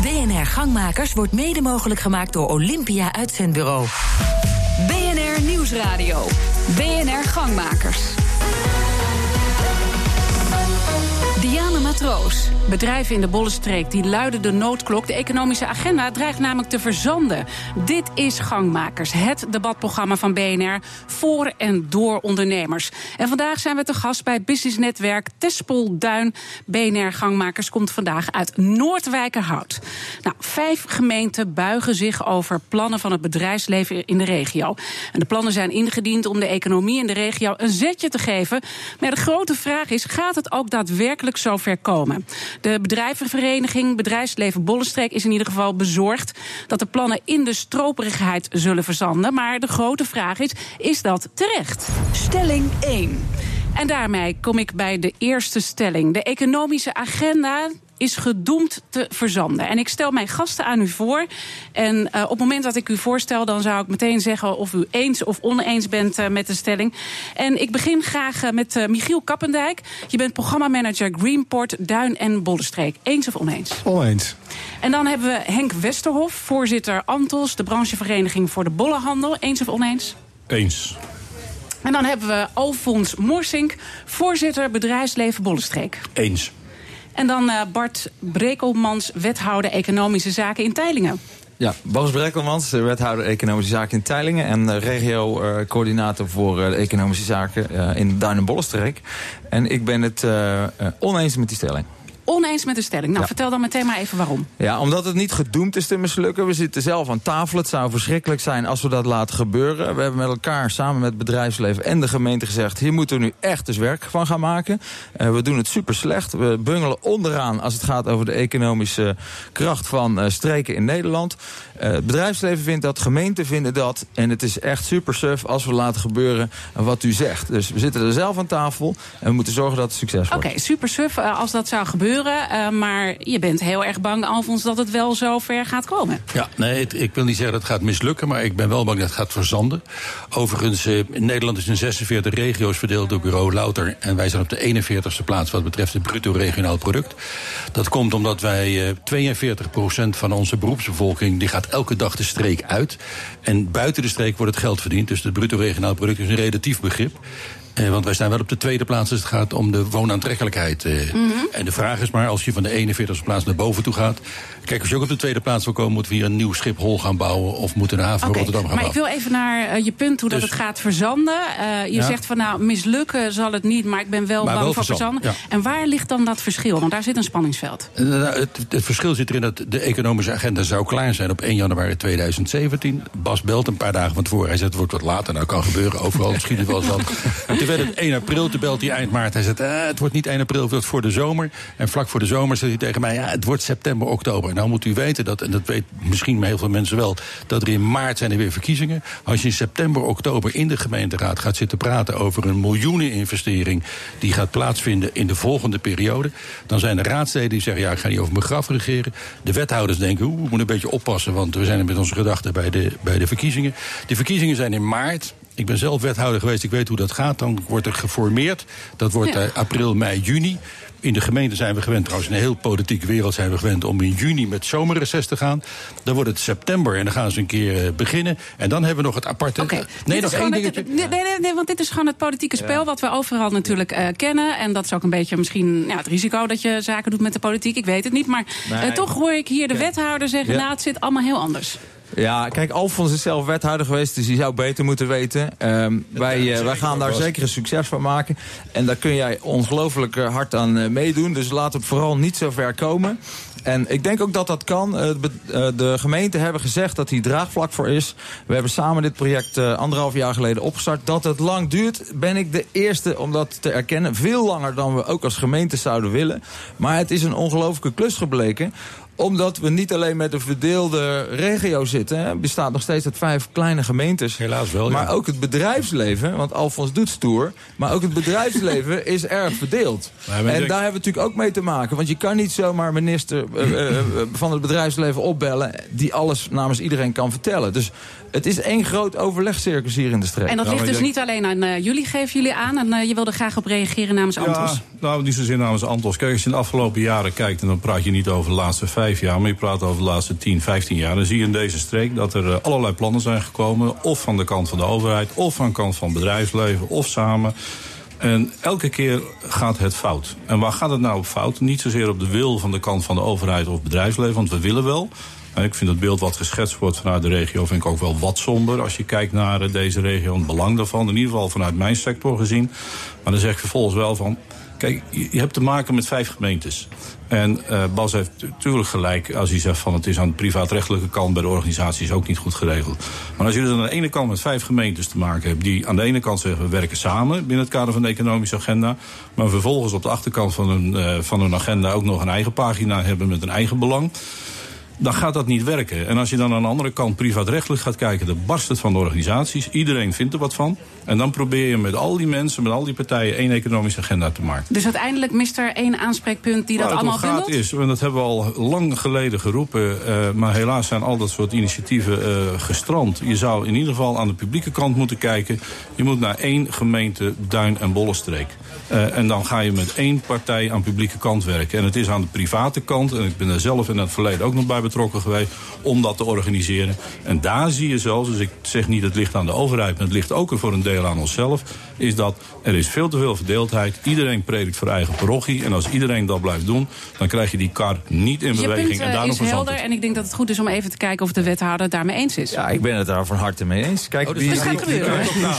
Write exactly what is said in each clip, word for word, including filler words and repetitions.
B N R Gangmakers wordt mede mogelijk gemaakt door Olympia Uitzendbureau. B N R Nieuwsradio. B N R Gangmakers. Diana Matroos. Bedrijven in de Bollenstreek die luiden de noodklok. De economische agenda dreigt namelijk te verzanden. Dit is Gangmakers, het debatprogramma van B N R voor en door ondernemers. En vandaag zijn we te gast bij businessnetwerk Tespel Duin. B N R Gangmakers komt vandaag uit Noordwijkerhout. Nou, vijf gemeenten buigen zich over plannen van het bedrijfsleven in de regio. En de plannen zijn ingediend om de economie in de regio een zetje te geven. Maar de grote vraag is, gaat het ook daadwerkelijk zover komen? De bedrijvenvereniging Bedrijfsleven Bollenstreek is in ieder geval bezorgd dat de plannen in de stroperigheid zullen verzanden. Maar de grote vraag is, is dat terecht? Stelling één. En daarmee kom ik bij de eerste stelling. De economische agenda is gedoemd te verzanden. En ik stel mijn gasten aan u voor. En uh, op het moment dat ik u voorstel, dan zou ik meteen zeggen of u eens of oneens bent uh, met de stelling. En ik begin graag uh, met uh, Michiel Kappendijk. Je bent programmamanager Greenport, Duin en Bollenstreek. Eens of oneens? Oneens. En dan hebben we Henk Westerhof, voorzitter Antos, de branchevereniging voor de bollenhandel. Eens of oneens? Eens. En dan hebben we Alfons Moorsink, voorzitter Bedrijfsleven Bollenstreek. Eens. En dan uh, Bart Brekelmans, wethouder Economische Zaken in Teylingen. Ja, Bas Brekelmans, wethouder Economische Zaken in Teylingen en uh, regio-coördinator uh, voor uh, de Economische Zaken uh, in Duin en Bollenstreek. En ik ben het uh, uh, oneens met die stelling. Oneens met de stelling. Nou, ja. Vertel dan meteen maar even waarom. Ja, omdat het niet gedoemd is te mislukken. We zitten zelf aan tafel. Het zou verschrikkelijk zijn als we dat laten gebeuren. We hebben met elkaar, samen met het bedrijfsleven en de gemeente gezegd, hier moeten we nu echt eens werk van gaan maken. Uh, we doen het super slecht. We bungelen onderaan als het gaat over de economische kracht van uh, streken in Nederland. Uh, het bedrijfsleven vindt dat, gemeenten vinden dat. En het is echt super suf als we laten gebeuren wat u zegt. Dus we zitten er zelf aan tafel en we moeten zorgen dat het succes wordt. Oké, okay, super suf uh, als dat zou gebeuren. Uh, maar je bent heel erg bang, Alfons, dat het wel zo ver gaat komen. Ja, nee, het, ik wil niet zeggen dat het gaat mislukken, maar ik ben wel bang dat het gaat verzanden. Overigens, uh, in Nederland is in zesenveertig regio's verdeeld door bureau Louter. En wij zijn op de eenenveertigste plaats wat betreft het bruto regionaal product. Dat komt omdat wij uh, tweeënveertig procent van onze beroepsbevolking, die gaat elke dag de streek uit. En buiten de streek wordt het geld verdiend. Dus het bruto regionaal product is een relatief begrip. Eh, want wij staan wel op de tweede plaats als het gaat om de woonaantrekkelijkheid. Eh. Mm-hmm. En de vraag is maar, als je van de eenenveertigste plaats naar boven toe gaat. Kijk, als je ook op de tweede plaats wil komen, moeten we hier een nieuw Schiphol gaan bouwen of moeten een haven van okay, Rotterdam gaan maar bouwen. Maar ik wil even naar uh, je punt hoe dus, dat het gaat verzanden. Uh, je ja. zegt van nou, mislukken zal het niet, maar ik ben wel maar bang wel voor verzanden. verzanden. Ja. En waar ligt dan dat verschil? Want daar zit een spanningsveld. Uh, nou, het, het verschil zit erin dat de economische agenda zou klaar zijn op één januari tweeduizend zeventien. Bas belt een paar dagen van tevoren. Hij zegt het wordt wat later. Nou, kan gebeuren. Overal misschien het wel eens wat. Toen werd het één april, toen belt hij eind maart. Hij zegt, eh, het wordt niet één april, het wordt voor de zomer. En vlak voor de zomer zegt hij tegen mij, ja, het wordt september, oktober. Nou moet u weten, dat, en dat weet misschien heel veel mensen wel, dat er in maart zijn er weer verkiezingen. Als je in september, oktober in de gemeenteraad gaat zitten praten over een miljoeneninvestering die gaat plaatsvinden in de volgende periode, dan zijn de raadsleden die zeggen, ja, ik ga niet over mijn graf regeren. De wethouders denken, oeh, we moeten een beetje oppassen, want we zijn er met onze gedachten bij de, bij de verkiezingen. De verkiezingen zijn in maart. Ik ben zelf wethouder geweest, ik weet hoe dat gaat. Dan wordt er geformeerd. Dat wordt ja. april, mei, juni. In de gemeente zijn we gewend, trouwens in een heel politieke wereld zijn we gewend om in juni met zomerreces te gaan. Dan wordt het september en dan gaan ze een keer uh, beginnen. En dan hebben we nog het aparte... Okay. Nee, nog één dingetje. Het, nee, nee, nee, want dit is gewoon het politieke spel ja. wat we overal natuurlijk uh, kennen. En dat is ook een beetje misschien ja, het risico dat je zaken doet met de politiek. Ik weet het niet, maar nee. uh, toch hoor ik hier de wethouder zeggen, ja. nou, het zit allemaal heel anders. Ja, kijk, Alfons is zelf wethouder geweest, dus die zou beter moeten weten. Um, wij, uh, wij gaan daar zeker een succes van maken. En daar kun jij ongelooflijk hard aan uh, meedoen. Dus laat het vooral niet zo ver komen. En ik denk ook dat dat kan. Uh, de gemeenten hebben gezegd dat hier draagvlak voor is. We hebben samen dit project uh, anderhalf jaar geleden opgestart. Dat het lang duurt, ben ik de eerste om dat te erkennen. Veel langer dan we ook als gemeente zouden willen. Maar het is een ongelooflijke klus gebleken. Omdat we niet alleen met een verdeelde regio zitten. Hè. Er bestaat nog steeds uit vijf kleine gemeentes. Helaas wel, ja. Maar ook het bedrijfsleven, want Alfons doet stoer. Maar ook het bedrijfsleven is erg verdeeld. En denk... daar hebben we natuurlijk ook mee te maken. Want je kan niet zomaar minister uh, uh, van het bedrijfsleven opbellen die alles namens iedereen kan vertellen. Dus Het is één groot overlegcircus hier in de streek. En dat Ja, ligt dus denk... niet alleen aan uh, jullie, geven jullie aan. En uh, je wilde graag op reageren namens Antos. Ja, nou, niet zozeer namens Antos. Kijk, als je in de afgelopen jaren kijkt, en dan praat je niet over de laatste vijf jaar, maar je praat over de laatste tien, vijftien jaar. Dan zie je in deze streek dat er uh, allerlei plannen zijn gekomen. Of van de kant van de overheid, of van de kant van het bedrijfsleven, of samen. En elke keer gaat het fout. En waar gaat het nou op fout? Niet zozeer op de wil van de kant van de overheid of bedrijfsleven, want we willen wel. Ik vind het beeld wat geschetst wordt vanuit de regio vind ik ook wel wat somber. Als je kijkt naar deze regio en het belang daarvan. In ieder geval vanuit mijn sector gezien. Maar dan zeg ik vervolgens wel van... Kijk, je hebt te maken met vijf gemeentes. En uh, Bas heeft natuurlijk gelijk als hij zegt van het is aan de privaatrechtelijke kant bij de organisatie is ook niet goed geregeld. Maar als je dus aan de ene kant met vijf gemeentes te maken hebt die aan de ene kant zeggen we werken samen binnen het kader van de economische agenda, maar vervolgens op de achterkant van hun, uh, van hun agenda ook nog een eigen pagina hebben met een eigen belang, dan gaat dat niet werken. En als je dan aan de andere kant privaatrechtelijk gaat kijken, dan barst het van de organisaties. Iedereen vindt er wat van. En dan probeer je met al die mensen, met al die partijen één economische agenda te maken. Dus uiteindelijk mist er één aanspreekpunt die dat Waar allemaal het om gaat bundelt? is, en dat hebben we al lang geleden geroepen, uh, maar helaas zijn al dat soort initiatieven uh, gestrand. Je zou in ieder geval aan de publieke kant moeten kijken. Je moet naar één gemeente Duin- en Bollenstreek. Uh, en dan ga je met één partij aan de publieke kant werken. En het is aan de private kant, en ik ben er zelf in het verleden ook nog bij betrokken geweest, om dat te organiseren. En daar zie je zelfs, dus ik zeg niet het ligt aan de overheid, maar het ligt ook voor een deel aan onszelf, is dat er is veel te veel verdeeldheid. Iedereen predikt voor eigen parochie. En als iedereen dat blijft doen, dan krijg je die kar niet in beweging. Je punt uh, en daarom is helder en ik denk dat het goed is om even te kijken of de wethouder het daarmee eens is. Ja, ik ben het daar van harte mee eens. Kijk, oh, dus dat gaat gebeuren.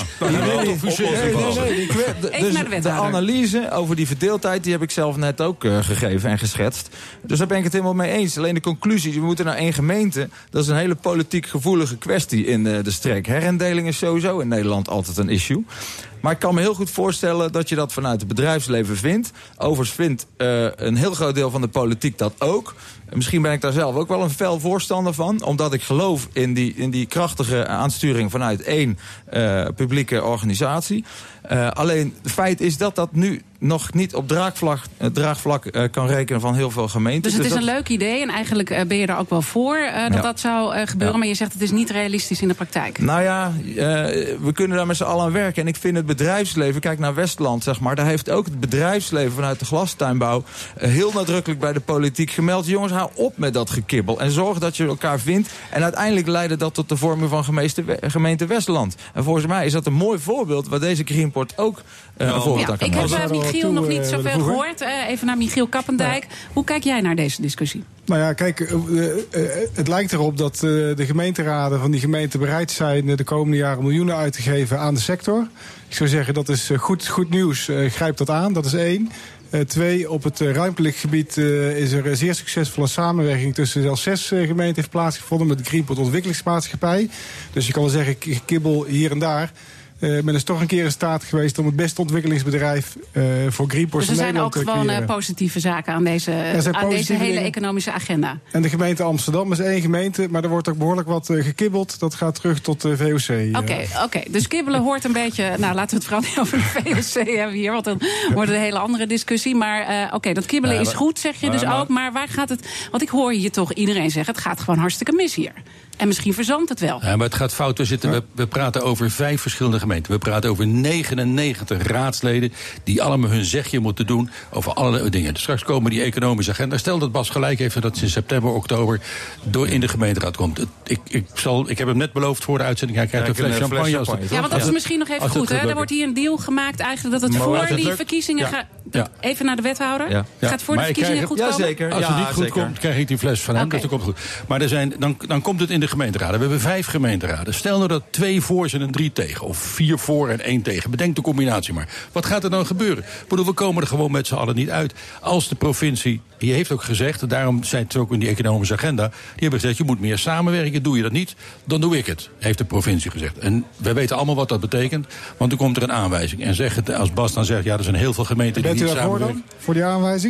Even naar de wethouder. De analyse over die verdeeldheid, die heb ik zelf net ook uh, gegeven en geschetst. Dus daar ben ik het helemaal mee eens. Alleen de conclusie, we moeten naar één gemeente. Dat is een hele politiek gevoelige kwestie in uh, de streek. Herindeling is sowieso in Nederland altijd een issue. Maar ik kan me heel goed voorstellen dat je dat vanuit het bedrijfsleven vindt. Overigens vindt uh, een heel groot deel van de politiek dat ook. Misschien ben ik daar zelf ook wel een fel voorstander van. Omdat ik geloof in die, in die krachtige aansturing vanuit één uh, publieke organisatie. Uh, alleen het feit is dat dat nu nog niet op draagvlak, uh, draagvlak uh, kan rekenen van heel veel gemeenten. Dus het dus is dat... een leuk idee en eigenlijk uh, ben je er ook wel voor uh, dat ja. dat zou uh, gebeuren. Ja. Maar je zegt het is niet realistisch in de praktijk. Nou ja, uh, we kunnen daar met z'n allen aan werken. En ik vind het bedrijfsleven, kijk naar Westland zeg maar, daar heeft ook het bedrijfsleven vanuit de glastuinbouw uh, heel nadrukkelijk bij de politiek gemeld. Jongens, hou op met dat gekibbel en zorg dat je elkaar vindt. En uiteindelijk leidde dat tot de vorming van gemeente, gemeente Westland. En volgens mij is dat een mooi voorbeeld waar deze Greenport ook uh, een voorbeeld aan kan maken. Ik heb uh, Michiel nog niet uh, zoveel gehoord. Uh, even naar Michiel Kappendijk. Ja. Hoe kijk jij naar deze discussie? Nou ja, kijk, uh, uh, het lijkt erop dat uh, de gemeenteraden van die gemeenten bereid zijn uh, de komende jaren miljoenen uit te geven aan de sector. Ik zou zeggen, dat is uh, goed, goed nieuws. Uh, grijp dat aan, dat is één. Uh, twee, op het uh, ruimtelijk gebied uh, is er zeer succesvolle samenwerking tussen zelfs zes uh, gemeenten heeft plaatsgevonden met de Greenport Ontwikkelingsmaatschappij. Dus je kan wel zeggen, kibbel hier en daar. Uh, men is toch een keer in staat geweest om het beste ontwikkelingsbedrijf uh, voor Greenport dus er in Nederland te zijn ook gewoon uh, positieve zaken aan deze, aan deze hele dingen. Economische agenda. En de gemeente Amsterdam is één gemeente, maar er wordt ook behoorlijk wat uh, gekibbeld. Dat gaat terug tot de V O C. Oké, okay, okay. Dus kibbelen hoort een beetje... Nou, laten we het vooral niet over de V O C hebben hier, want dan wordt het een hele andere discussie. Maar uh, oké, okay, dat kibbelen ja, maar, is goed, zeg je maar, dus maar, ook. Maar waar gaat het... Want ik hoor hier toch iedereen zeggen, het gaat gewoon hartstikke mis hier. En misschien verzandt het wel. Ja, maar het gaat fout. We, zitten, we, we praten over vijf verschillende gemeenten. We praten over negenennegentig raadsleden die allemaal hun zegje moeten doen over allerlei dingen. Dus straks komen die economische agenda. Stel dat Bas gelijk heeft en dat ze in september, oktober door in de gemeenteraad komt. Ik, ik, zal, ik heb hem net beloofd voor de uitzending. Hij krijgt ja, een fles champagne. champagne als het, ja, want dat is misschien nog even goed. Hè? Er wordt hier een deal gemaakt eigenlijk dat het maar voor het die lukt? verkiezingen... Ja. Ga, ja. Even naar de wethouder. Ja. Ja. Gaat voor maar de verkiezingen goed komen? Ja, zeker. Als het ja, niet goed zeker. komt, krijg ik die fles van hem. Okay. Dat komt goed. Maar er zijn, dan, dan komt het in de gemeenteraden. We hebben vijf gemeenteraden. Stel nou dat twee voor zijn en drie tegen. Of vier voor en één tegen. Bedenk de combinatie maar. Wat gaat er dan gebeuren? Ik bedoel, we komen er gewoon met z'n allen niet uit. Als de provincie, die heeft ook gezegd, daarom zei het ook in die economische agenda, die hebben gezegd, je moet meer samenwerken. Doe je dat niet, dan doe ik het. Heeft de provincie gezegd. En wij weten allemaal wat dat betekent. Want dan komt er een aanwijzing. En zeg het, als Bas dan zegt, ja, er zijn heel veel gemeenten die niet samenwerken. Bent u daarvoor dan? Voor die aanwijzing?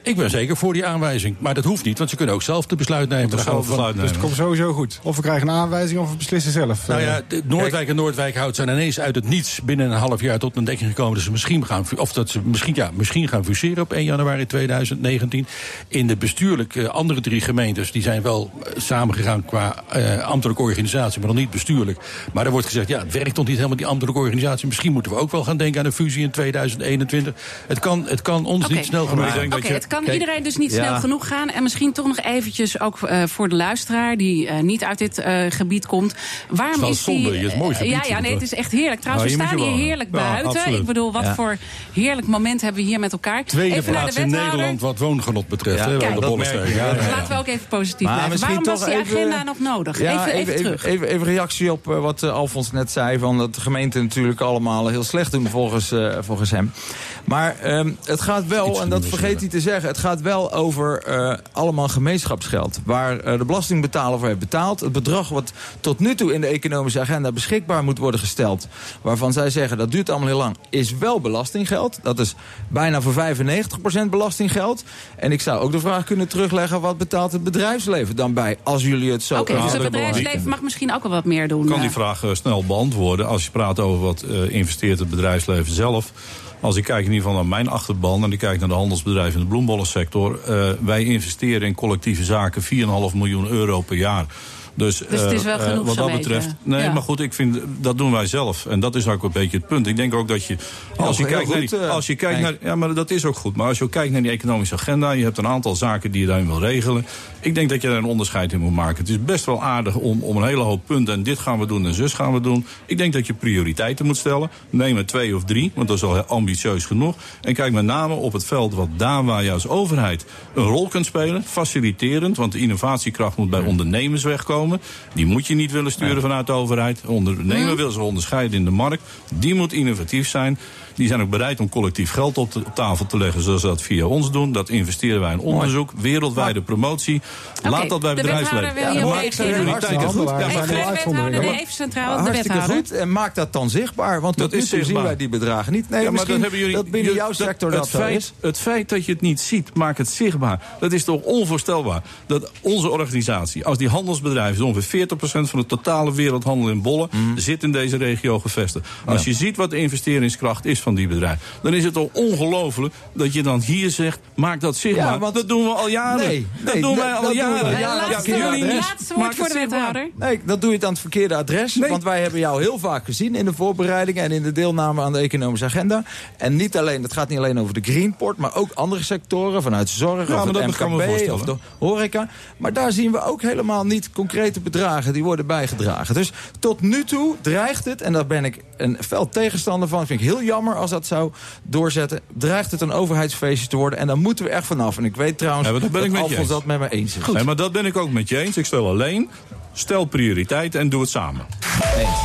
Ik ben zeker voor die aanwijzing. Maar dat hoeft niet, want ze kunnen ook zelf de besluit nemen. Dat zelf besluit nemen. Dus het komt sowieso goed. Of we krijgen een aanwijzing of we beslissen zelf. Nou ja, Noordwijk en Noordwijkhout zijn ineens uit het niets binnen een half jaar tot een ontdekking gekomen dat ze misschien gaan, of dat ze misschien, ja, misschien gaan fuseren op één januari tweeduizend negentien. In de bestuurlijk uh, andere drie gemeentes, die zijn wel uh, samengegaan qua uh, ambtelijke organisatie, maar nog niet bestuurlijk. Maar er wordt gezegd, ja, het werkt toch niet helemaal die ambtelijke organisatie. Misschien moeten we ook wel gaan denken aan een fusie in tweeduizend eenentwintig. Het kan, het kan ons okay. niet snel genoeg gaan. Oké, okay, het kan Kijk, iedereen dus niet ja. snel genoeg gaan. En misschien toch nog eventjes ook uh, voor de luisteraar die uh, niet uit dit uh, gebied komt. Waarom is, is die... zonde, je is mooi gebied. Ja, ja, nee, het is echt heerlijk. Trouwens, ja, we staan hier heerlijk ja, buiten. absoluut. Ik bedoel, wat ja. voor heerlijk moment hebben we hier met elkaar. Tweede even plaats in Nederland wat woongenot betreft. Ja, Hè, kijk, de Bollenstreek. Ja, ja. Laten we ook even positief Maar blijven. Waarom was die even, agenda nog nodig? Ja, even, even, even, terug. even, even reactie op uh, wat uh, Alfons net zei. Van dat de gemeenten natuurlijk allemaal heel slecht doen volgens, uh, volgens hem. Maar um, het gaat wel, en dat vergeet hij te zeggen, het gaat wel over uh, allemaal gemeenschapsgeld. Waar uh, de belastingbetaler voor heeft betaald. Het bedrag wat tot nu toe in de economische agenda beschikbaar moet worden gesteld. Waarvan zij zeggen dat duurt allemaal heel lang. Is wel belastinggeld. Dat is bijna voor vijfennegentig procent belastinggeld. En ik zou ook de vraag kunnen terugleggen, wat betaalt het bedrijfsleven dan bij? Als jullie het zo... Oké, okay, dus het bedrijfsleven mag misschien ook wel wat meer doen. Ik kan die vraag uh, snel beantwoorden. Als je praat over wat uh, investeert het bedrijfsleven zelf. Als ik kijk in ieder geval naar mijn achterban en ik kijk naar de handelsbedrijven in de bloembollensector. Uh, wij investeren in collectieve zaken vier komma vijf miljoen euro per jaar. Dus, dus het is wel genoeg uh, wat dat betreft. beetje. Nee, ja. maar goed, ik vind dat doen wij zelf. En dat is ook een beetje het punt. Ik denk ook dat je. Als je oh, kijkt, goed, naar die, als je kijkt naar. Ja, maar dat is ook goed. Maar als je ook kijkt naar die economische agenda, je hebt een aantal zaken die je daarin wil regelen. Ik denk dat je daar een onderscheid in moet maken. Het is best wel aardig om, om een hele hoop punten. En dit gaan we doen en zus gaan we doen. Ik denk dat je prioriteiten moet stellen. Neem er twee of drie, want dat is al ambitieus genoeg. En kijk met name op het veld wat daar waar je als overheid een rol kunt spelen. Faciliterend, want de innovatiekracht moet bij ondernemers wegkomen. Die moet je niet willen sturen vanuit de overheid. Ondernemer mm. wil zich onderscheiden in de markt. Die moet innovatief zijn. Die zijn ook bereid om collectief geld op, de, op tafel te leggen, zoals ze dat via ons doen. Dat investeren wij in onderzoek, wereldwijde promotie. Okay, Laat dat bij bedrijfsleven. Ja, ja, maak prioriteiten goed. Ja, even de wethouder, nee, even centraal, de hartstikke wethouder. goed. En maak dat dan zichtbaar. Want tot nu toe zien wij die bedragen niet. Nee, ja, maar misschien dat, hebben jullie, dat binnen jouw sector dat, dat zo feit, is. Het feit dat je het niet ziet, maakt het zichtbaar. Dat is toch onvoorstelbaar. Dat onze organisatie, als die handelsbedrijven, ongeveer veertig procent van de totale wereldhandel in bollen, mm. zit in deze regio gevestigd. Als ja. je ziet wat de investeringskracht is van die bedrijven, dan is het toch ongelooflijk dat je dan hier zegt, maak dat zichtbaar. Ja, want dat doen we al jaren. Nee, nee, dat doen wij al dat jaren. Doen we, ja, ja, laatste, ja, ja, laatste woord voor de wethouder. Nee, dat doe je het aan het verkeerde adres. Nee. Want wij hebben jou heel vaak gezien in de voorbereidingen en in de deelname aan de economische agenda. En niet alleen, het gaat niet alleen over de Greenport, maar ook andere sectoren, vanuit zorg, ja, of het M K B of de horeca. Maar daar zien we ook helemaal niet concrete bedragen die worden bijgedragen. Dus tot nu toe dreigt het, en daar ben ik een fel tegenstander van, vind ik heel jammer als dat zou doorzetten, dreigt het een overheidsfeestje te worden. En dan moeten we echt vanaf. En ik weet trouwens ja, dat, ben dat ik Alfons dat met me eens is. Goed. Nee, maar dat ben ik ook met je eens. Ik stel alleen, stel prioriteiten en doe het samen. Eens.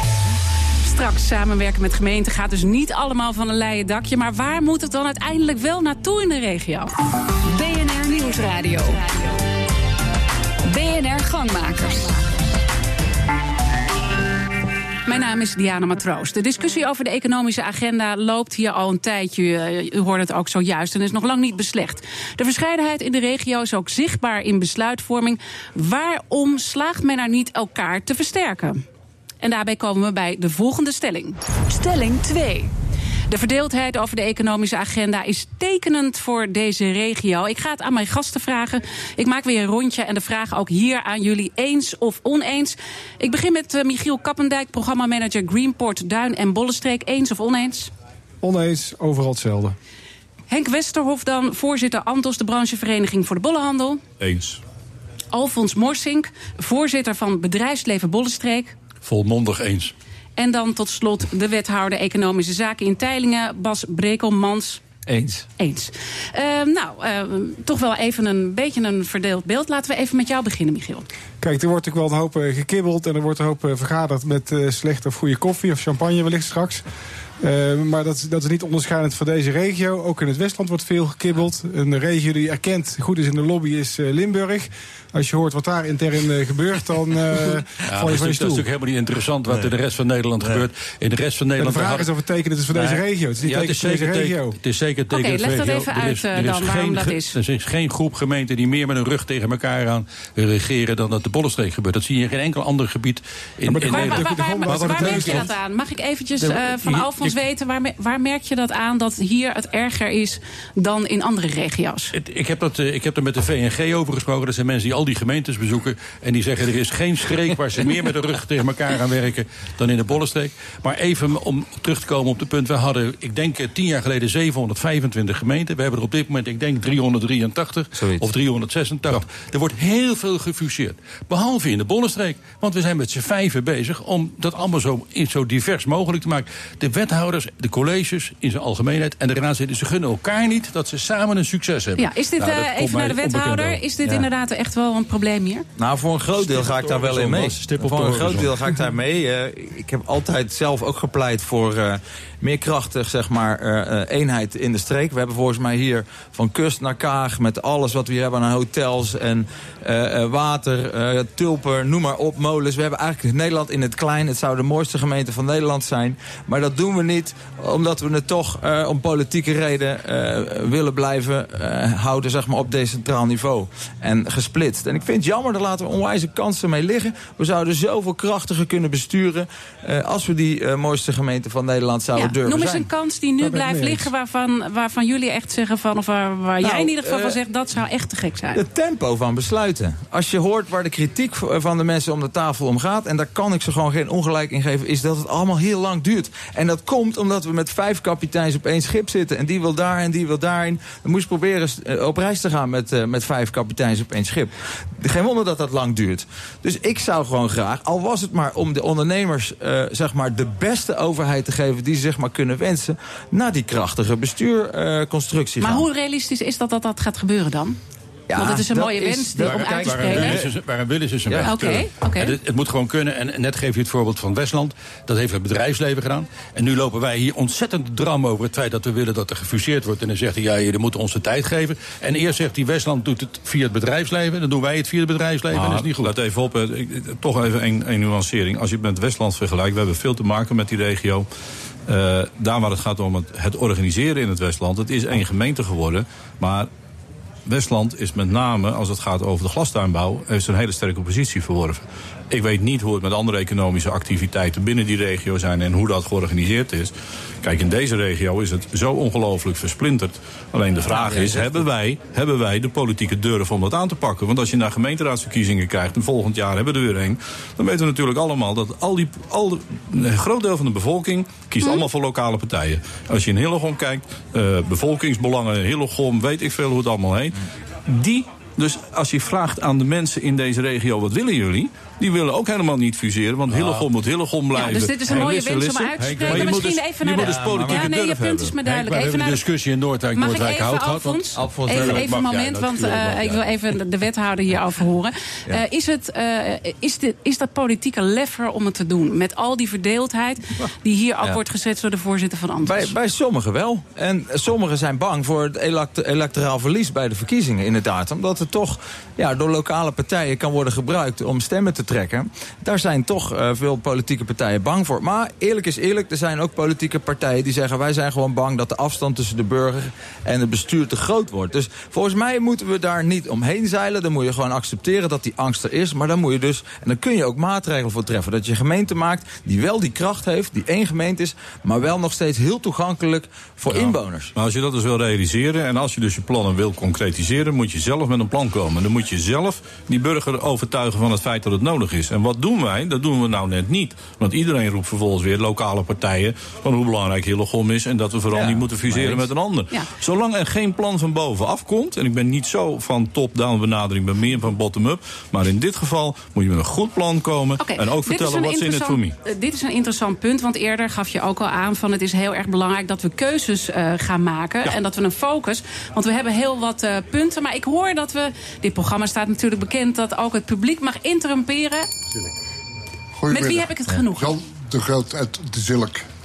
Straks samenwerken met gemeenten gaat dus niet allemaal van een leien dakje. Maar waar moet het dan uiteindelijk wel naartoe in de regio? B N R Nieuwsradio. B N R Gangmakers. Mijn naam is Diana Matroos. De discussie over de economische agenda loopt hier al een tijdje. U hoort het ook zojuist en is nog lang niet beslecht. De verscheidenheid in de regio is ook zichtbaar in besluitvorming. Waarom slaagt men er niet elkaar te versterken? En daarbij komen we bij de volgende stelling. Stelling twee. De verdeeldheid over de economische agenda is tekenend voor deze regio. Ik ga het aan mijn gasten vragen. Ik maak weer een rondje en de vraag ook hier aan jullie eens of oneens. Ik begin met uh, Michiel Kappendijk, programmamanager Greenport, Duin en Bollenstreek. Eens of oneens? Oneens, overal hetzelfde. Henk Westerhof dan, voorzitter Antos, de branchevereniging voor de bollenhandel. Eens. Alfons Morsink, voorzitter van bedrijfsleven Bollenstreek. Volmondig eens. En dan tot slot de wethouder Economische Zaken in Teylingen, Bas Brekelmans. Eens. Eens. Uh, nou, uh, toch wel even een beetje een verdeeld beeld. Laten we even met jou beginnen, Michiel. Kijk, er wordt ook wel een hoop gekibbeld en er wordt een hoop vergaderd met uh, slechte of goede koffie of champagne wellicht straks. Uh, maar dat, dat is niet onderscheidend voor deze regio. Ook in het Westland wordt veel gekibbeld. Een regio die erkend goed is in de lobby is uh, Limburg. Als je hoort wat daar intern uh, gebeurt, dan uh, ja, val je van je stoel. Dat is natuurlijk helemaal niet interessant wat nee. er in de rest van Nederland nee. gebeurt. In de rest van Nederland... Ja, de vraag had... is of het teken is voor deze nee. regio. Het is niet ja, teken voor deze regio. Het is zeker teken Oké, okay, leg dat even uit uh, dan, waarom dat is. Er is geen groep gemeenten die meer met hun rug tegen elkaar aan regeren dan dat de Bollenstreek gebeurt. Dat zie je in geen enkel ander gebied in, ja, maar de, in waar, Nederland. Waar, waar, waar, waar, waar merk je dat aan? Mag ik eventjes uh, van Alfons weten, waar, waar merk je dat aan dat hier het erger is dan in andere regio's? Ik heb, dat, ik heb er met de V N G over gesproken. Dat zijn mensen die al die gemeentes bezoeken. En die zeggen, er is geen streek waar ze meer met de rug tegen elkaar gaan werken dan in de Bollenstreek. Maar even om terug te komen op het punt. We hadden, ik denk, tien jaar geleden zevenhonderdvijfentwintig gemeenten. We hebben er op dit moment, ik denk, driehonderddrieëntachtig Zoiets. of driehonderdzesentachtig. Ja. Er wordt heel veel gefuseerd. Behalve in de Bollenstreek. Want we zijn met z'n vijven bezig om dat allemaal zo, zo divers mogelijk te maken. De wethouders, de colleges in zijn algemeenheid en de raadsleden, ze gunnen elkaar niet dat ze samen een succes hebben. Ja, is dit, nou, uh, even naar de wethouder, is dit ja. inderdaad echt wel een probleem hier? Nou, voor een groot deel ga ik daar wel in mee. Voor een groot deel ga ik daar mee. Uh, ik heb altijd zelf ook gepleit voor uh, meer krachtig, zeg maar, uh, eenheid in de streek. We hebben volgens mij hier van Kust naar Kaag met alles wat we hier hebben aan hotels en uh, water, uh, tulpen, noem maar op, molens. We hebben eigenlijk Nederland in het klein. Het zou de mooiste gemeente van Nederland zijn. Maar dat doen we niet, omdat we het toch uh, om politieke reden uh, willen blijven uh, houden, zeg maar, op decentraal niveau. En gesplitst. En ik vind het jammer, daar laten we onwijze kansen mee liggen. We zouden zoveel krachtiger kunnen besturen uh, als we die uh, mooiste gemeente van Nederland zouden ja, durven noem eens zijn. een kans die nu blijft liggen waarvan, waarvan jullie echt zeggen van, of waar, waar nou, jij in ieder geval uh, van zegt, dat zou echt te gek zijn. Het tempo van besluiten. Als je hoort waar de kritiek van de mensen om de tafel om gaat, en daar kan ik ze gewoon geen ongelijk in geven, is dat het allemaal heel lang duurt. En dat komt omdat we met vijf kapiteins op één schip zitten. En die wil daar en die wil daarin. Dan moet je proberen op reis te gaan met, uh, met vijf kapiteins op één schip. Geen wonder dat dat lang duurt. Dus ik zou gewoon graag, al was het maar om de ondernemers uh, zeg maar de beste overheid te geven die ze zeg maar kunnen wensen, naar die krachtige bestuurconstructie uh, gaan. Maar hoe realistisch is dat dat, dat gaat gebeuren dan? Ja, want het is een mooie is, wens die om uit te spreken. Waar een wil is, is een ja. weg. Okay, okay. Het, het moet gewoon kunnen. En net geef je het voorbeeld van Westland. Dat heeft het bedrijfsleven gedaan. En nu lopen wij hier ontzettend dram over het feit dat we willen dat er gefuseerd wordt. En dan zegt hij, ja, je moet ons de tijd geven. En eerst zegt hij, Westland doet het via het bedrijfsleven. Dan doen wij het via het bedrijfsleven. Maar, en dat is niet goed. Let even op, ik, toch even een, een nuancering. Als je het met Westland vergelijkt, we hebben veel te maken met die regio. Uh, daar waar het gaat om het, het organiseren in het Westland. Het is één gemeente geworden, maar Westland is met name, als het gaat over de glastuinbouw, heeft een hele sterke positie verworven. Ik weet niet hoe het met andere economische activiteiten binnen die regio zijn en hoe dat georganiseerd is. Kijk, in deze regio is het zo ongelooflijk versplinterd. Alleen de vraag is, hebben wij, hebben wij de politieke durf om dat aan te pakken? Want als je naar gemeenteraadsverkiezingen kijkt, en volgend jaar hebben we er weer een, dan weten we natuurlijk allemaal dat al die, al de, een groot deel van de bevolking kiest hm. allemaal voor lokale partijen. Als je in Hillegom kijkt, uh, bevolkingsbelangen in Hillegom, weet ik veel hoe het allemaal heet. Die, dus als je vraagt aan de mensen in deze regio, wat willen jullie? Die willen ook helemaal niet fuseren, want Hillegom moet Hillegom blijven. Ja, dus dit is een mooie Lisse, wens om uit te spreken. Maar misschien dus, even naar de... Dus politieke ja, nee, je punt is me duidelijk. Hey, we hebben een discussie in Noordwijk, Mag Noordwijk ik even, houdt Alfons, gehad. Alfons, even, even een moment, ja, want uh, ja. ik wil even de wethouder hierover horen. Ja. Uh, is, het, uh, is, dit, is dat politieke leffer om het te doen? Met al die verdeeldheid die hier ook ja. wordt gezet door de voorzitter van Antos. Bij, bij sommigen wel. En sommigen zijn bang voor het electoraal verlies bij de verkiezingen, inderdaad. Omdat het toch ja, door lokale partijen kan worden gebruikt om stemmen te trekken. Daar zijn toch uh, veel politieke partijen bang voor. Maar eerlijk is eerlijk, er zijn ook politieke partijen die zeggen, wij zijn gewoon bang dat de afstand tussen de burger en het bestuur te groot wordt. Dus volgens mij moeten we daar niet omheen zeilen. Dan moet je gewoon accepteren dat die angst er is. Maar dan moet je dus, en dan kun je ook maatregelen voor treffen. Dat je een gemeente maakt die wel die kracht heeft, die één gemeente is, maar wel nog steeds heel toegankelijk voor ja. inwoners. Maar als je dat dus wil realiseren en als je dus je plannen wil concretiseren, moet je zelf met een plan komen. Dan moet je zelf die burger overtuigen van het feit dat het nodig is. En wat doen wij? Dat doen we nou net niet. Want iedereen roept vervolgens weer lokale partijen van hoe belangrijk Hillegom is en dat we vooral ja, niet moeten fuseren met een ander. Ja. Zolang er geen plan van bovenaf komt, en ik ben niet zo van top-down benadering, ben meer van bottom-up, maar in dit geval moet je met een goed plan komen okay, en ook vertellen wat in het voor mij. Dit is een interessant punt, want eerder gaf je ook al aan van het is heel erg belangrijk dat we keuzes uh, gaan maken ja. en dat we een focus, want we hebben heel wat uh, punten, maar ik hoor dat we, dit programma staat natuurlijk bekend dat ook het publiek mag interrumperen. Met wie heb ik het genoeg? Jan de Groot uit de Zilk.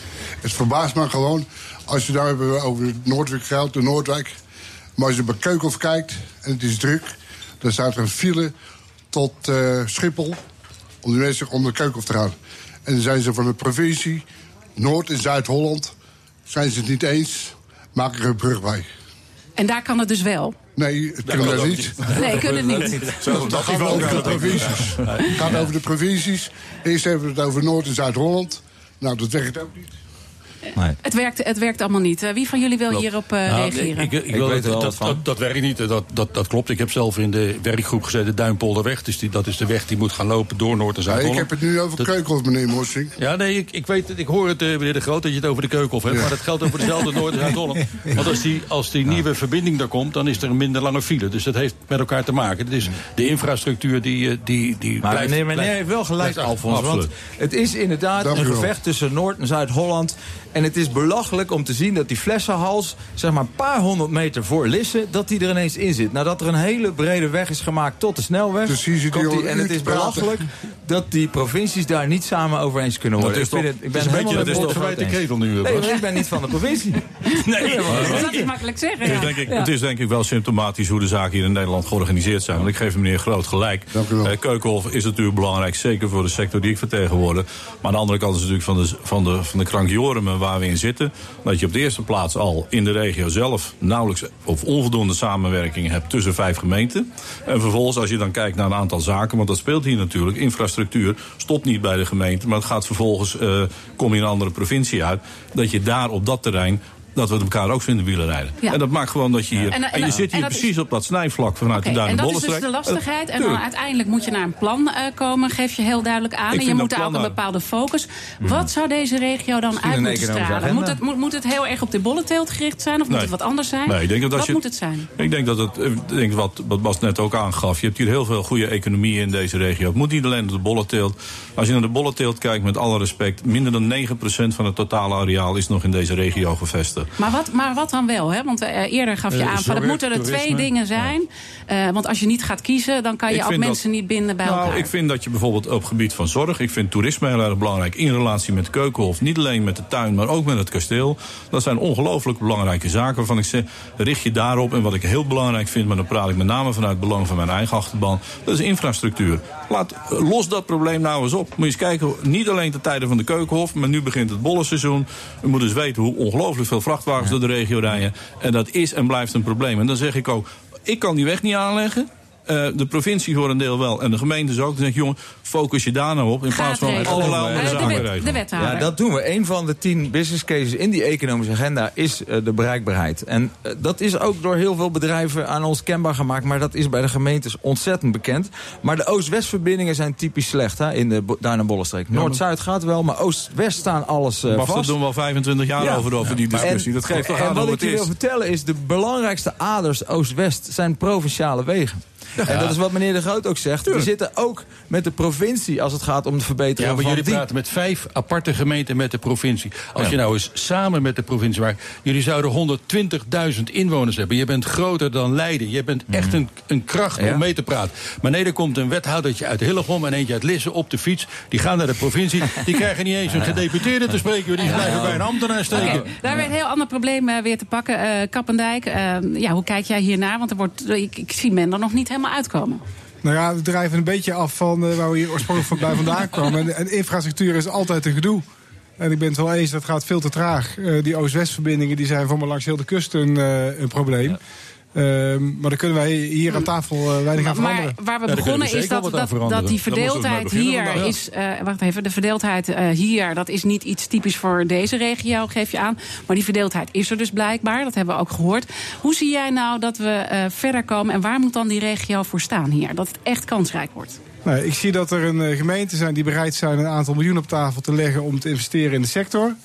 Het verbaast me gewoon, als je daar hebben over Noordwijk geldt, de Noordwijk. Maar als je bij Keukenhof kijkt en het is druk, dan staat er een file tot uh, Schiphol om de mensen om de Keukenhof te gaan. En dan zijn ze van de provincie, Noord- en Zuid-Holland, zijn ze het niet eens, maak er een brug bij. En daar kan het dus wel? Nee, het kunnen dat niet. Nee, kunnen het niet. Zo, dat gaat over de provincies. Het gaat over de provincies. Eerst hebben we het over Noord- en Zuid-Holland. Nou, dat werkt ook niet. Nee. Het, werkt, het werkt allemaal niet. Uh, wie van jullie wil hierop uh, nou, reageren? Ik, ik, ik, ik wil, dat, dat, dat, dat werkt niet. Dat, dat, dat klopt. Ik heb zelf in de werkgroep gezeten, de Duinpolderweg. Dus die, dat is de weg die moet gaan lopen door Noord- en Zuid-Holland. Ja, ik heb het nu over dat... Keukenhof, meneer Morsing. Ja, nee, ik, ik weet het. Ik hoor het, uh, meneer De Groot, dat je het over de Keukenhof hebt. Ja. Maar dat geldt over dezelfde Noord- en Zuid-Holland. Want als die, als die ja. nieuwe verbinding daar komt, dan is er een minder lange file. Dus dat heeft met elkaar te maken. Dus de infrastructuur die, die, die maar blijft... meneer, meneer heeft wel gelijk, Alfons. Want het is inderdaad Dank een gevecht tussen Noord- en Zuid-Holland. En het is belachelijk om te zien dat die flessenhals, zeg maar een paar honderd meter voor Lisse, dat die er ineens in zit. Nadat er een hele brede weg is gemaakt tot de snelweg. Dus die komt die, en het is belachelijk dat die provincies daar niet samen over eens kunnen worden. Dat is toch, ik, het, ik ben het is helemaal een beetje de verwijte ketel nu. Nee, maar ik ben niet van de provincie. Nee, dat is makkelijk zeggen. Ja. Het, is denk ik, ja. het is denk ik wel symptomatisch hoe de zaken hier in Nederland georganiseerd zijn. Want ik geef meneer Groot gelijk. Uh, Keukenhof is natuurlijk belangrijk, zeker voor de sector die ik vertegenwoordig. Maar aan de andere kant is het natuurlijk van de, van de, van de krankjoren waar we in zitten, dat je op de eerste plaats al in de regio zelf nauwelijks of onvoldoende samenwerking hebt tussen vijf gemeenten. En vervolgens, als je dan kijkt naar een aantal zaken, want dat speelt hier natuurlijk, infrastructuur stopt niet bij de gemeente, maar het gaat vervolgens, uh, kom je in een andere provincie uit, dat je daar op dat terrein, dat we elkaar ook zo in de wielen rijden. Ja. En dat maakt gewoon dat je hier... En, en, en je zit hier precies is... op dat snijvlak vanuit okay, de Duinen-Bollenstreek. En dat is dus de lastigheid. En dan uiteindelijk moet je naar een plan uh, komen, geef je heel duidelijk aan. Ik en je moet daar ook een bepaalde focus. Mm. Wat zou deze regio dan uit moeten stralen? Moet het, moet, moet het heel erg op de bollenteelt gericht zijn? Of nee. moet het wat anders zijn? Nee, ik denk dat wat je, moet het zijn? Ik denk dat het, ik denk wat, wat Bas net ook aangaf, je hebt hier heel veel goede economieën in deze regio. Het moet niet alleen op de bollenteelt. Als je naar de bollenteelt kijkt, met alle respect, minder dan negen procent van het totale areaal is nog in deze regio gevestigd. Maar wat, maar wat dan wel? Hè? Want uh, eerder gaf je uh, aan van het moeten er toerisme. twee dingen zijn. Uh, want als je niet gaat kiezen, dan kan je ik ook mensen dat, niet binden bij nou, elkaar. Ik vind dat je bijvoorbeeld op het gebied van zorg, ik vind toerisme heel erg belangrijk in relatie met Keukenhof. Niet alleen met de tuin, maar ook met het kasteel. Dat zijn ongelooflijk belangrijke zaken waarvan ik zeg, richt je daarop. En wat ik heel belangrijk vind, maar dan praat ik met name vanuit het belang van mijn eigen achterban, dat is infrastructuur. Laat, los dat probleem nou eens op. Moet je eens kijken, niet alleen de tijden van de Keukenhof, maar nu begint het bollenseizoen. We moeten eens weten hoe ongelooflijk veel vrachtwagens ja. door de regio rijden. En dat is en blijft een probleem. En dan zeg ik ook, ik kan die weg niet aanleggen. Uh, de provincie voor een deel wel en de gemeentes ook. Dan zeg ik, jongen, focus je daar nou op in plaats van regelen. allerlei andere zaken regelen. De wethouder. Ja, dat doen we. Een van de tien business cases in die economische agenda is uh, de bereikbaarheid. En uh, dat is ook door heel veel bedrijven aan ons kenbaar gemaakt. Maar dat is bij de gemeentes ontzettend bekend. Maar de Oost-West-verbindingen zijn typisch slecht hè, in de Duinen-Bollenstreek. Noord-Zuid gaat wel, maar Oost-West staan alles uh, vast. Dat doen we al vijfentwintig jaar ja. over, over die discussie. En, dat geeft toch en aan wat hoe ik het je is. wil vertellen is, de belangrijkste aders Oost-West zijn provinciale wegen. Ja. En dat is wat meneer De Groot ook zegt. Tuurlijk. We zitten ook met de provincie als het gaat om het verbeteren ja, maar van jullie die... praten met vijf aparte gemeenten met de provincie. Als ja. je nou eens samen met de provincie maakt, jullie zouden honderdtwintigduizend inwoners hebben. Je bent groter dan Leiden. Je bent echt een, een kracht ja. om mee te praten. Maar nee, er komt een wethoudertje uit Hillegom en eentje uit Lisse op de fiets. Die gaan naar de provincie. Die krijgen niet eens een gedeputeerde te spreken. Die blijven bij een ambtenaar steken. Okay. Daar werd een heel ander probleem uh, weer te pakken. Uh, Kappendijk, uh, ja, hoe kijk jij hiernaar? Want er wordt, ik, ik zie men er nog niet helemaal uitkomen. Nou ja, we drijven een beetje af van uh, waar we hier oorspronkelijk bij vandaan kwamen. En, en infrastructuur is altijd een gedoe. En ik ben het wel eens, dat gaat veel te traag. Uh, die Oost-West-verbindingen die zijn voor me langs heel de kust een, uh, een probleem. Ja. Uh, maar daar kunnen wij hier aan tafel uh, weinig aan veranderen. Maar waar we ja, begonnen we is dat, dat, dat die verdeeldheid hier ja. is... Uh, wacht even, de verdeeldheid uh, hier, dat is niet iets typisch voor deze regio, geef je aan. Maar die verdeeldheid is er dus blijkbaar, dat hebben we ook gehoord. Hoe zie jij nou dat we uh, verder komen en waar moet dan die regio voor staan hier? Dat het echt kansrijk wordt? Nou, ik zie dat er een uh, gemeenten zijn die bereid zijn een aantal miljoen op tafel te leggen om te investeren in de sector.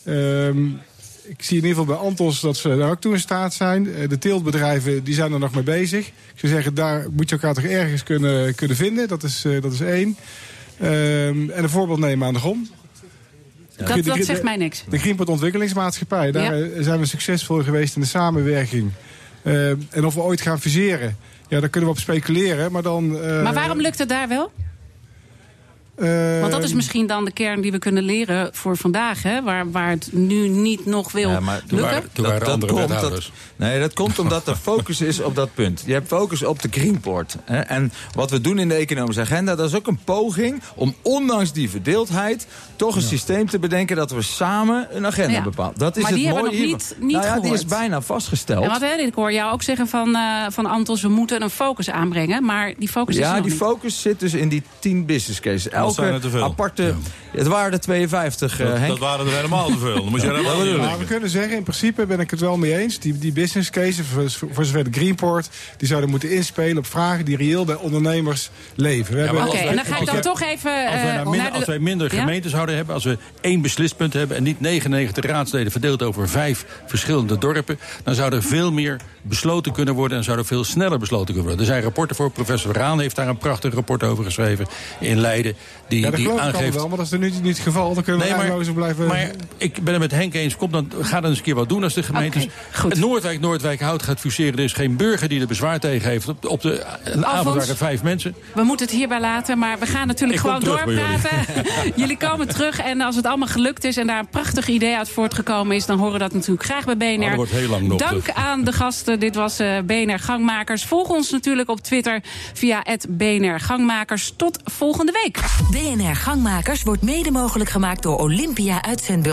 Um, Ik zie in ieder geval bij Antos dat ze daar ook toe in staat zijn. De teeltbedrijven die zijn er nog mee bezig. Ik zou zeggen, daar moet je elkaar toch ergens kunnen, kunnen vinden. Dat is, uh, dat is één. Um, en een voorbeeld nemen aan de grond. Ja. Dat, dat zegt mij niks. De Greenport Ontwikkelingsmaatschappij. Daar ja. zijn we succesvol geweest in de samenwerking. Uh, en of we ooit gaan fuseren, ja, daar kunnen we op speculeren. Maar, dan, uh, maar waarom lukt het daar wel? Uh, Want dat is misschien dan de kern die we kunnen leren voor vandaag, hè? Waar, waar het nu niet nog wil ja, maar toen lukken. Waren, toen waren dat, dat andere komt, wethouders. dat, nee, dat komt omdat er focus is op dat punt. Je hebt focus op de Greenport. Hè? En wat we doen in de economische agenda, dat is ook een poging om ondanks die verdeeldheid toch een ja. systeem te bedenken dat we samen een agenda ja. bepalen. Dat is maar het die mooie hebben we nog niet, niet nou ja, gehoord. Die is bijna vastgesteld. Ja, wat, hè, ik hoor jou ook zeggen van, uh, van Antos, we moeten een focus aanbrengen. Maar die focus is ja, er nog die niet. focus zit dus in die tien business cases. Elke aparte... Ja. Het waren er tweeënvijftig, uh, dat, Henk. dat waren er helemaal te veel. Dan moet je ja, helemaal ja, maar we kunnen zeggen, in principe ben ik het wel mee eens. Die, die business cases, voor, voor zover de Greenport, die zouden moeten inspelen op vragen die reëel bij ondernemers leven. Ja, Oké, okay, en dan ga ik dan toch even... Uh, als, wij nou minder, de, als wij minder ja? gemeenten zouden hebben, als we één beslispunt hebben en niet negenennegentig raadsleden verdeeld over vijf verschillende dorpen, dan zou er veel meer besloten kunnen worden en zou er veel sneller besloten kunnen worden. Er zijn rapporten voor. Professor Raan heeft daar een prachtig rapport over geschreven in Leiden. Die, ja, dat die geloof ik aangeeft... wel, maar dat is er nu niet het geval. Dan kunnen we nee, maar, zo blijven... maar ik ben het met Henk eens. Kom dan, ga dan eens een keer wat doen als de gemeentes... Okay, Noordwijk, Noordwijk Hout gaat fuseren. Er is geen burger die er bezwaar tegen heeft. Op, op de een avond waren er vijf mensen. We moeten het hierbij laten, maar we gaan natuurlijk ik gewoon doorpraten. Jullie. jullie komen terug en als het allemaal gelukt is en daar een prachtig idee uit voortgekomen is, dan horen we dat natuurlijk graag bij B N R. Oh, dat wordt heel lang nog. Dank dus. aan de gasten. Dit was uh, B N R Gangmakers. Volg ons natuurlijk op Twitter via het B N R Gangmakers. Tot volgende week. B N R Gangmakers wordt mede mogelijk gemaakt door Olympia Uitzendbureau.